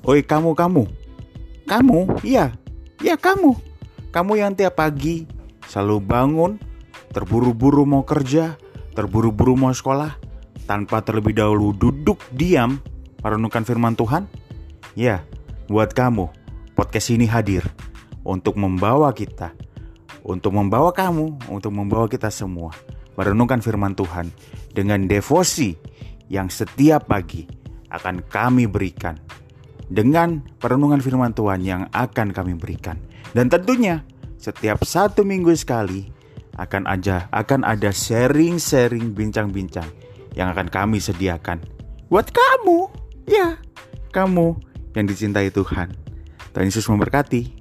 Oi kamu, iya kamu yang tiap pagi selalu bangun, terburu-buru mau kerja, terburu-buru mau sekolah, tanpa terlebih dahulu duduk diam merenungkan firman Tuhan. Ya, buat kamu, podcast ini hadir untuk membawa kita, untuk membawa kamu, untuk membawa kita semua merenungkan firman Tuhan dengan devosi yang setiap pagi akan kami berikan, dengan perenungan firman Tuhan yang akan kami berikan. Dan tentunya setiap 1 minggu sekali akan ada sharing-sharing bincang-bincang yang akan kami sediakan buat kamu. Ya, kamu yang dicintai Tuhan. Tuhan Yesus memberkati.